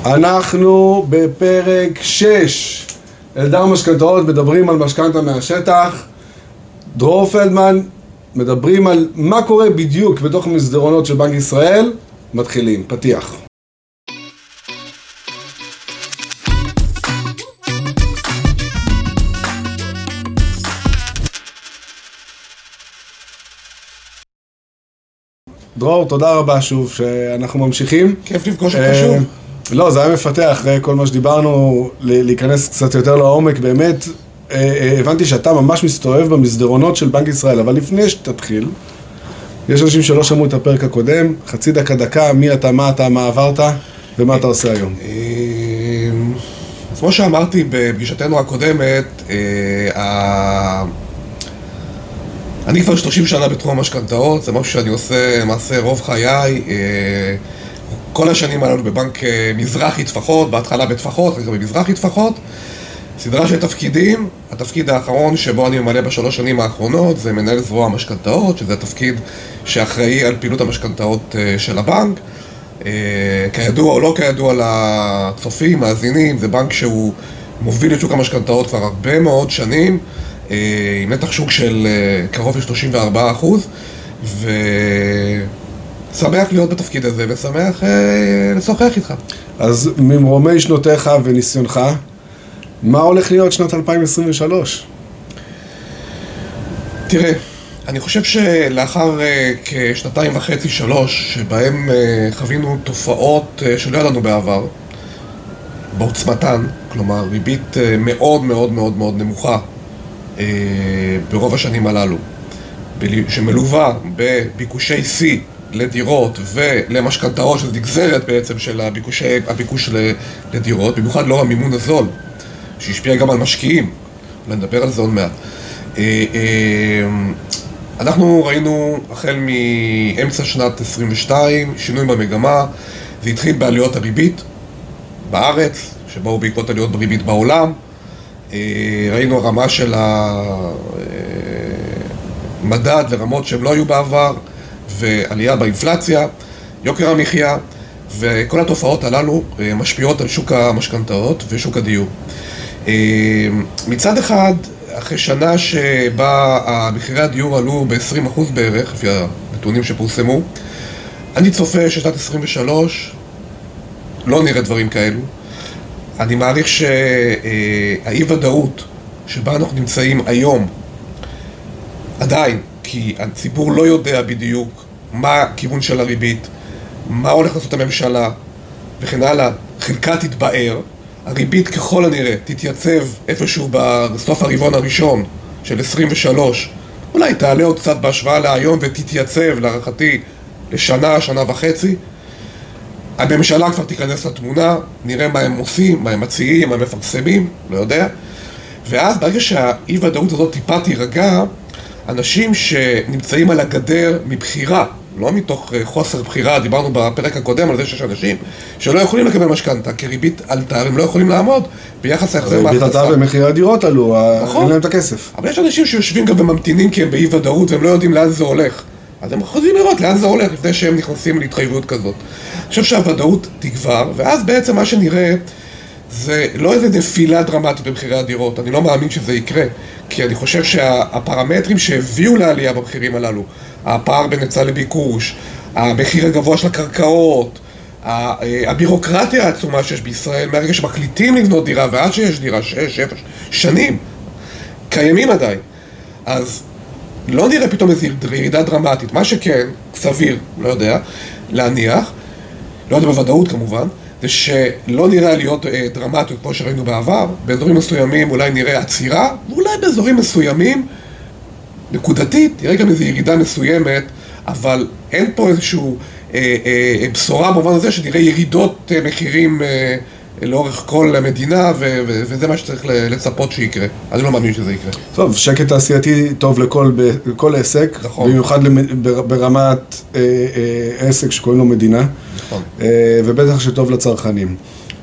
אנחנו בפרק 6, אלדר משכנתאות, מדברים על משכנתה מהשטח. דרור פלדמן, מדברים על מה קורה בדיוק בתוך המסדרונות של בנק ישראל. מתחילים, פתיח. דרור, תודה רבה שוב שאנחנו ממשיכים. כיף לפגוש אותך שוב. לא, זה היה מפתח אחרי כל מה שדיברנו, להיכנס קצת יותר לעומק. באמת, הבנתי שאתה ממש מסתובב במסדרונות של בנק ישראל, אבל לפני שתתחיל, יש אנשים שלא שמעו את הפרק הקודם, חצי דקה, מי אתה, מה אתה, מה עברת, ומה אתה עושה היום. כמו שאמרתי בפגישתנו הקודמת, אני כבר 30 שנה בתחום המשכנתאות, זה משהו שאני עושה למעשה רוב חיי. כל השנים הללו בבנק מזרחי טפחות, בהתחלה בטפחות, אחרי זה במזרחי טפחות. סדרה של תפקידים, התפקיד האחרון שבו אני ממלא בשלוש שנים האחרונות זה מנהל זרוע המשכנתאות, שזה התפקיד שאחראי על פעילות המשכנתאות של הבנק. כידוע או לא כידוע לצופים, מאזינים, זה בנק שהוא מוביל את שוק המשכנתאות כבר הרבה מאוד שנים, עם נתח שוק של קרוב ל-34%, ושמח להיות בתפקיד הזה ושמח לשוחח איתך. אז ממרומי שנותיך וניסיונך, מה הולך להיות שנת 2023? תראה, אני חושב שלאחר כשנתיים וחצי, שלוש, שבהם חווינו תופעות שלא ידענו בעבר, בעוצמתן, כלומר ריבית מאוד מאוד מאוד מאוד נמוכה ברוב השנים הללו, שמלווה בביקושי C לדירות ולמשכנתאות, שזה נגזרת בעצם של הביקוש לדירות, במיוחד לאור המימון הזול, שהשפיע גם על משקיעים, נדבר על זה עוד מעט. אנחנו ראינו החל מאמצע שנת 22 שינוי במגמה. זה התחיל בעליות הריבית בארץ, שבאו בעקבות עליות בריבית בעולם. ראינו הרמה של המדד לרמות שהם לא היו בעבר, ועלייה באינפלציה, יוקר המחיה, וכל התופעות הללו משפיעות על שוק המשכנתאות ושוק הדיור. מצד אחד, אחרי שנה שבה מחירי הדיור עלו ב-20% בערך, לפי הנתונים שפורסמו, אני צופה ששנת 23 לא נראה דברים כאלו. אני מעריך שהאי-ודאות שבה אנחנו נמצאים היום, עדיין, כי הציבור לא יודע בדיוק מה הכיוון של הריבית, מה הולך לעשות הממשלה וכן הלאה, חלקה תתבאר. הריבית ככל הנראה תתייצב איפשהו בסוף הרבעון הראשון של 23, אולי תעלה עוד קצת בהשוואה להיום ותתייצב להערכתי לשנה, שנה וחצי. הממשלה כבר תיכנס לתמונה, נראה מה הם עושים, מה הם מציעים, מה הם מפרסמים, לא יודע. ואז ברגע שהאי ודאות הזאת טיפה תירגע, אנשים שנמצאים על הגדר מבחירה, לא מתוך חוסר בחירה, דיברנו בפרק הקודם על זה שיש אנשים שלא יכולים לקבל משכנתה, כי ריבית עלתה, הם לא יכולים לעמוד ביחס להחזר מההכנסה. ריבית עלתה ומחירי הדירות עלו, אין להם את הכסף. אבל יש אנשים שיושבים גם וממתינים כי הם באי ודאות והם לא יודעים לאן זה הולך. אז הם חוזרים לראות לאן זה הולך לפני שהם נכנסים להתחייבות כזאת. אני חושב שהוודאות תגבר, ואז בעצם מה שנראה זה לא איזה נפילה דרמטית במחירי הדירות. אני לא מאמין שזה יקרה, כי אני חושב שהפרמטרים שהביאו לעלייה במחירים הללו, הפער בין היצע לביקוש, המחיר הגבוה של הקרקעות, הבירוקרטיה העצומה שיש בישראל, מהרגע שמחליטים לבנות דירה ועד שיש דירה 6-7 שנים, קיימים עדיין. אז לא נראה פתאום איזו ירידה דרמטית. מה שכן, סביר, לא יודע, להניח, לא יודע בוודאות כמובן, זה שלא נראה להיות דרמטיות כמו שראינו בעבר. באזורים מסוימים אולי נראה עצירה, ואולי באזורים מסוימים נקודתית, תראה גם איזו ירידה מסוימת, אבל אין פה איזשהו בשורה במובן הזה שנראה ירידות מחירים לאורך כל המדינה, וזה מה שצריך לצפות שיקרה. אני לא מאמין שזה יקרה. טוב, שקט תעשייתי טוב לכל עסק, נכון. במיוחד ברמת עסק שקוראים לו מדינה, נכון. ובטח שטוב לצרכנים.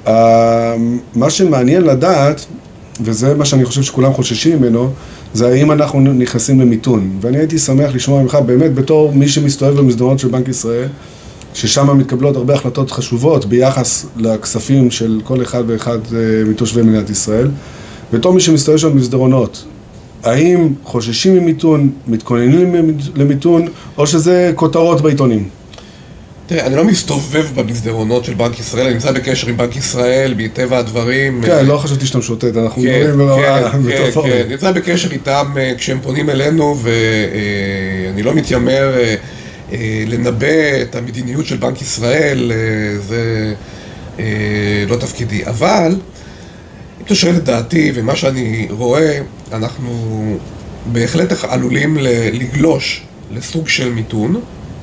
מה שמעניין לדעת, וזה מה שאני חושב שכולם חוששים ממנו, זה האם אנחנו נכנסים למיתון. ואני הייתי שמח לשמוע ממך באמת בתור מי שמסתובב במסדרונות של בנק ישראל, ששם מתקבלות הרבה החלטות חשובות ביחס לכספים של כל אחד ואחד מתושבי מדינת ישראל. בתור מי שמסתובב שם במסדרונות, האם חוששים ממיתון, מתכוננים למיתון, או שזה כותרות בעיתונים? תראה, אני לא מסתובב במסדרונות של בנק ישראל, אני נמצא בקשר עם בנק ישראל, מטבע הדברים. כן, לא חשבתי שאתה משוטט, אנחנו מדברים בתופעות. כן, אני נמצא בקשר איתם כשהם פונים אלינו, ואני לא מתיימר לנבא את המדיניות של בנק ישראל, זה לא תפקידי. אבל, אם אתה שואל את דעתי, ומה שאני רואה, אנחנו בהחלט עלולים לגלוש לסוג של מיתון.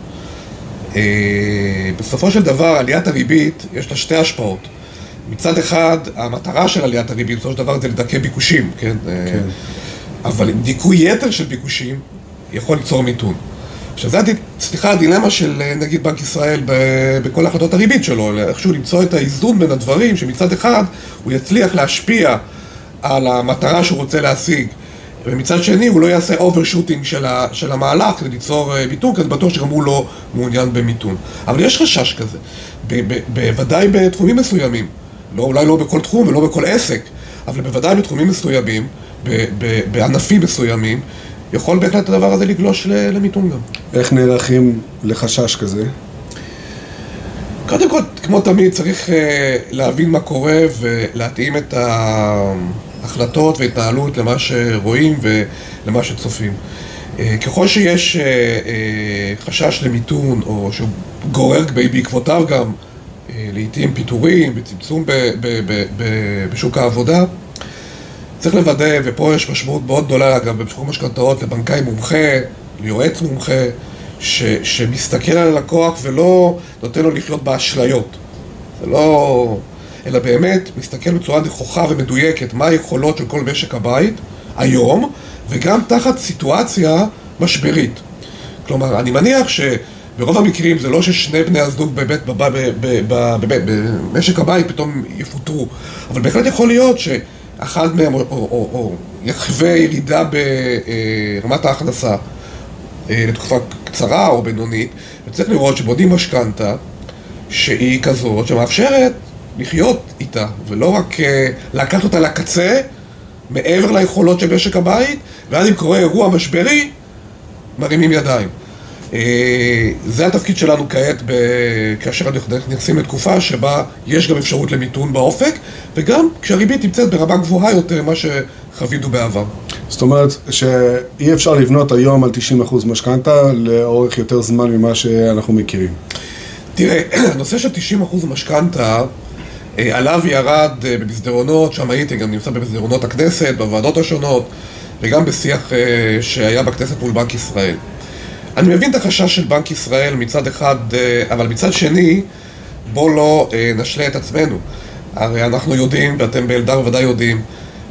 בסופו של דבר, עליית הריבית, יש לה שתי השפעות. מצד אחד, המטרה של עליית הריבית, בסופו של דבר, זה לדכא ביקושים, כן? כן. אבל דיכוי יתר של ביקושים יכול ליצור מיתון. עכשיו, זה הדילמה של, נגיד, בנק ישראל בכל החלטות הריבית שלו, איכשהו למצוא את האיזון בין הדברים, שמצד אחד הוא יצליח להשפיע על המטרה שהוא רוצה להשיג, ומצד שני הוא לא יעשה אוברשוטינג של המהלך כדי ליצור מיתון, כי אני בטוח שגם הוא לא מעוניין במיתון. אבל יש חשש כזה, בוודאי בתחומים מסוימים, אולי לא בכל תחום ולא בכל עסק, אבל בוודאי בתחומים מסוימים, בענפים מסוימים, יכול בהחלט הדבר הזה לגלוש למיתון גם. איך נערכים לחשש כזה? קודם כל, כמו תמיד, צריך להבין מה קורה ולהתאים את ההחלטות והתנהלות למה שרואים ולמה שצופים. ככל שיש חשש למיתון, או שהוא גורר בעקבותיו גם לעתים פיטורים וצמצום בשוק העבודה, צריך לוודא, ופה יש משמעות מאוד גדולה, אגב, בשוק המשכנתאות, לבנקאי מומחה, ליועץ מומחה, שמסתכל על הלקוח ולא נותן לו לחיות באשליות. זה לא... אלא באמת מסתכל בצורה נכוחה ומדויקת מה היכולות של כל משק הבית היום, וגם תחת סיטואציה משברית. כלומר, אני מניח שברוב המקרים זה לא ששני בני הזוג במשק הבית פתאום יפוטרו, אבל בהחלט יכול להיות שאחד מהם או יחווה ירידה ברמת ההכנסה לתקופה קצרה או בינונית, וצריך לראות שבונים משכנתה שהיא כזאת שמאפשרת לחיות איתה, ולא רק לקחת אותה לקצה מעבר ליכולות של משק הבית, ואז אם קורה אירוע משברי, מרימים ידיים. זה התפקיד שלנו כעת, כאשר אנחנו נכנסים לתקופה שבה יש גם אפשרות למיתון באופק, וגם כשהריבית נמצאת ברמה גבוהה יותר ממה שחווינו בעבר. זאת אומרת שאי אפשר לבנות היום על 90% משכנתה לאורך יותר זמן ממה שאנחנו מכירים. תראה, הנושא של 90% משכנתה עליו ירד במסדרונות, שם הייתי גם נמצא במסדרונות הכנסת, בוועדות השונות, וגם בשיח שהיה בכנסת מול בנק ישראל. אני מבין את החשש של בנק ישראל מצד אחד, אבל מצד שני, בוא לא נשלה את עצמנו. הרי אנחנו יודעים, ואתם באלדר ודאי יודעים,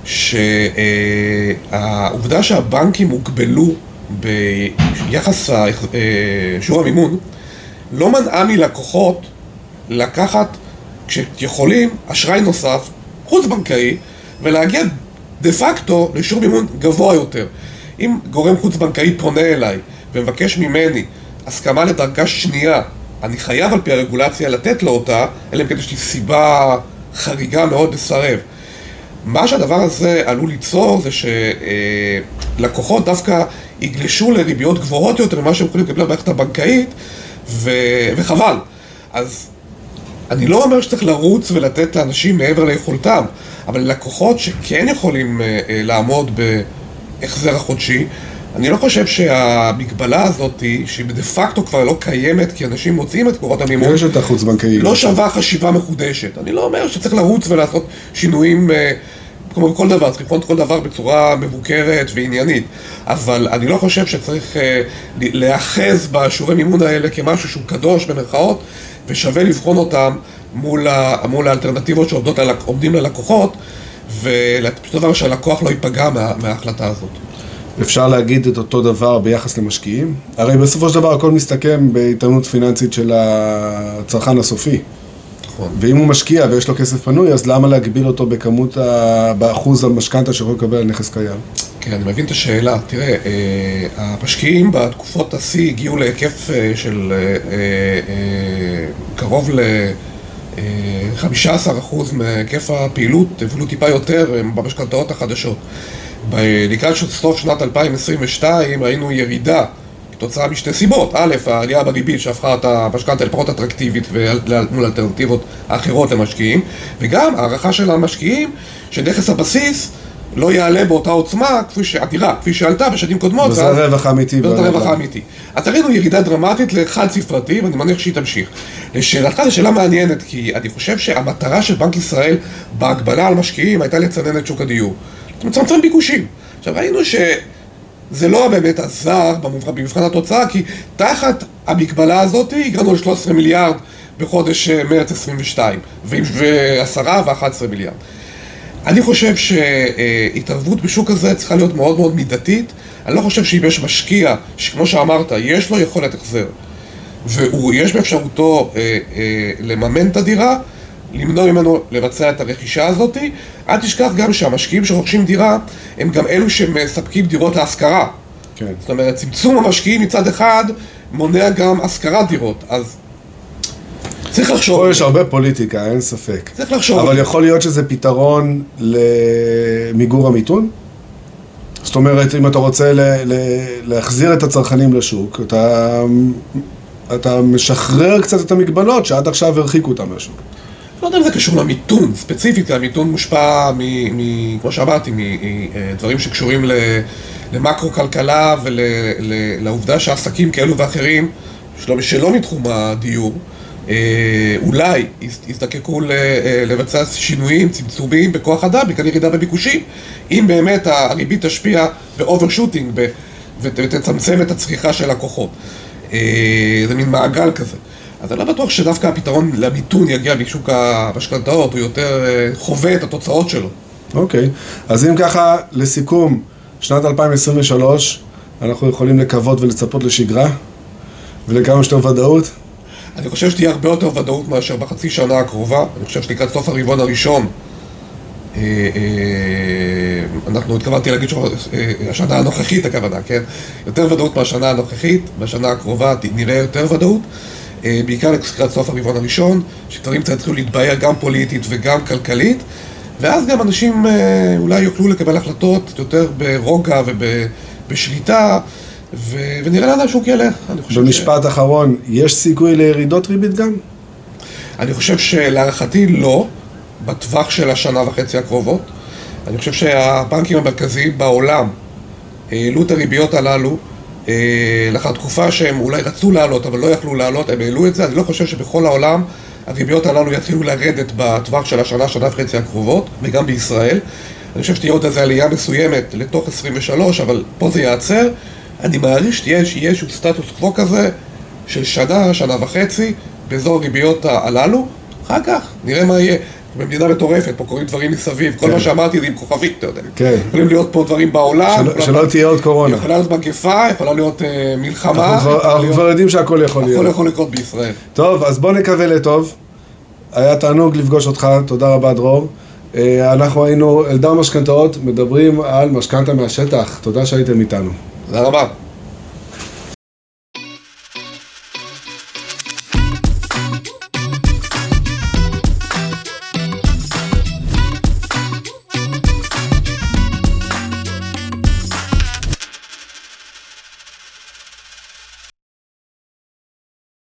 שהעובדה שהבנקים הוגבלו ביחס שיעור המימון, לא מנעה מלקוחות לקחת, כשיכולים, אשראי נוסף, חוץ בנקאי, ולהגיע דה פקטו לשיעור מימון גבוה יותר. אם גורם חוץ בנקאי פונה אליי ומבקש ממני הסכמה לדרגה שנייה, אני חייב על פי הרגולציה לתת לו אותה, אלא אם כן יש לי סיבה חריגה מאוד לסרב. מה שהדבר הזה עלול ליצור זה שלקוחות דווקא יגלשו לריביות גבוהות יותר ממה שהם יכולים לקבל במערכת הבנקאית, וחבל. אז אני לא אומר שצריך לרוץ ולתת לאנשים מעבר ליכולתם, אבל לקוחות שכן יכולים לעמוד בהחזר החודשי, אני לא חושב שהמגבלה הזאת, שהיא בדה פקטו כבר לא קיימת, כי אנשים מוצאים את קורות המימון, יש את החוץ בנקאי. לא שווה חשיבה מחודשת. אני לא אומר שצריך לרוץ ולעשות שינויים, כמו בכל דבר, צריך לבחון כל דבר בצורה מבוקרת ועניינית, אבל אני לא חושב שצריך להאחז בשיעורי מימון האלה כמשהו שהוא קדוש במרכאות, ושווה לבחון אותם מול האלטרנטיבות שעומדים ללקוחות, ולפשוט דבר שהלקוח לא ייפגע מההחלטה הזאת. אפשר להגיד את אותו דבר ביחס למשקיעים? הרי בסופו של דבר הכל מסתכם בהתאמנות פיננסית של הצרכן הסופי. נכון. ואם הוא משקיע ויש לו כסף פנוי, אז למה להגביל אותו באחוז המשכנתה שיכול לקבל על נכס קיים? כן, אני מבין את השאלה. תראה, המשקיעים בתקופות השיא הגיעו להיקף של קרוב ל-15% מהיקף הפעילות, אפילו טיפה יותר במשכנתאות החדשות. לקראת סוף שנת 2022 ראינו ירידה כתוצאה משתי סיבות. א', העלייה בריבית שהפכה את המשכנתא לפחות אטרקטיבית מול אלטרנטיבות האחרות למשקיעים, וגם הערכה של המשקיעים שנכס הבסיס לא יעלה באותה עוצמה כפי שעלתה בשנים קודמות. וזה הרווח האמיתי. וזה הרווח האמיתי. אז ראינו ירידה דרמטית לחד ספרתי, ואני מניח שהיא תמשיך. לשאלתך, זו שאלה מעניינת, כי אני חושב שהמטרה של בנק ישראל בהגבלה על משקיעים הייתה לצנן את שוק הדיור. מצמצם ביקושים. עכשיו ראינו שזה לא באמת עזר במבחן התוצאה, כי תחת המגבלה הזאת הגענו ל-13 מיליארד בחודש מרץ 22, ו10 ו-11 מיליארד. אני חושב שהתערבות בשוק הזה צריכה להיות מאוד מאוד מידתית. אני לא חושב שאם יש משקיע, שכמו שאמרת, יש לו יכולת החזר, ויש באפשרותו לממן את הדירה, למנוע ממנו לבצע את הרכישה הזאת. אל תשכח גם שהמשקיעים שרוכשים דירה הם גם אלו שמספקים דירות להשכרה. כן. זאת אומרת, צמצום המשקיעים מצד אחד מונע גם השכרת דירות. אז צריך לחשוב. פה יש הרבה פוליטיקה, אין ספק. צריך לחשוב. אבל יכול להיות שזה פתרון למיגור המיתון? זאת אומרת, אם אתה רוצה להחזיר את הצרכנים לשוק, אתה משחרר קצת את המגבלות שעד עכשיו הרחיקו אותם מהשוק. לא יודע אם זה קשור למיתון, ספציפית, המיתון מושפע כמו שאמרתי, מדברים שקשורים למקרו-כלכלה ולעובדה שהעסקים כאלו ואחרים, שלא מתחום הדיור, אולי יזדקקו לבצע שינויים, צמצומים בכוח אדם, בגלל ירידה בביקושים, אם באמת הריבית תשפיע באוברשוטינג ותצמצם את הצריכה של לקוחות. זה מין מעגל כזה. אז אני לא בטוח שדווקא הפתרון למיתון יגיע משוק המשכנתאות, הוא יותר חווה את התוצאות שלו. אוקיי, אז אם ככה, לסיכום, שנת 2023, אנחנו יכולים לקוות ולצפות לשגרה, ולכמה שיותר ודאות? אני חושב שתהיה הרבה יותר ודאות מאשר בחצי שנה הקרובה. אני חושב שלקראת סוף הרבעון הראשון, אנחנו התכוונתי להגיד שהשנה הנוכחית הכוונה, כן? יותר ודאות מהשנה הנוכחית, בשנה הקרובה נראה יותר ודאות, בעיקר לקראת סוף הרבעון הראשון, שדברים יתחילו להתבהר גם פוליטית וגם כלכלית, ואז גם אנשים אולי יוכלו לקבל החלטות יותר ברוגע ובשליטה, ונראה לאן השוק ילך. במשפט אחרון, יש סיכוי לירידות ריבית גם? אני חושב שלהערכתי לא, בטווח של השנה וחצי הקרובות. אני חושב שהבנקים המרכזיים בעולם העלו את הריביות הללו לאחר תקופה שהם אולי רצו לעלות, אבל לא יכלו לעלות, הם העלו את זה. אני לא חושב שבכל העולם הריביות הללו יתחילו לרדת בטווח של השנה וחצי הקרובות, וגם בישראל. אני חושב שתהיה עוד איזו עלייה מסוימת לתוך 23, אבל פה זה יעצר. אני מעריך שיהיה איזשהו סטטוס קוו כזה של שנה וחצי באזור הריביות הללו. אחר כך נראה מה יהיה. במדינה מטורפת, פה קוראים דברים מסביב. כל מה שאמרתי זה עם כוכבית, אתה יודע. יכולים להיות פה דברים בעולם. שלא תהיה עוד קורונה. יכולה להיות מגפה, יכולה להיות מלחמה. אנחנו כבר יודעים שהכל יכול להיות. הכל יכול לקרות בישראל. טוב, אז בוא נקווה לטוב. היה תענוג לפגוש אותך, תודה רבה דרור. אנחנו היינו אלדר משכנתאות, מדברים על משכנתא מהשטח. תודה שהייתם איתנו. תודה רבה.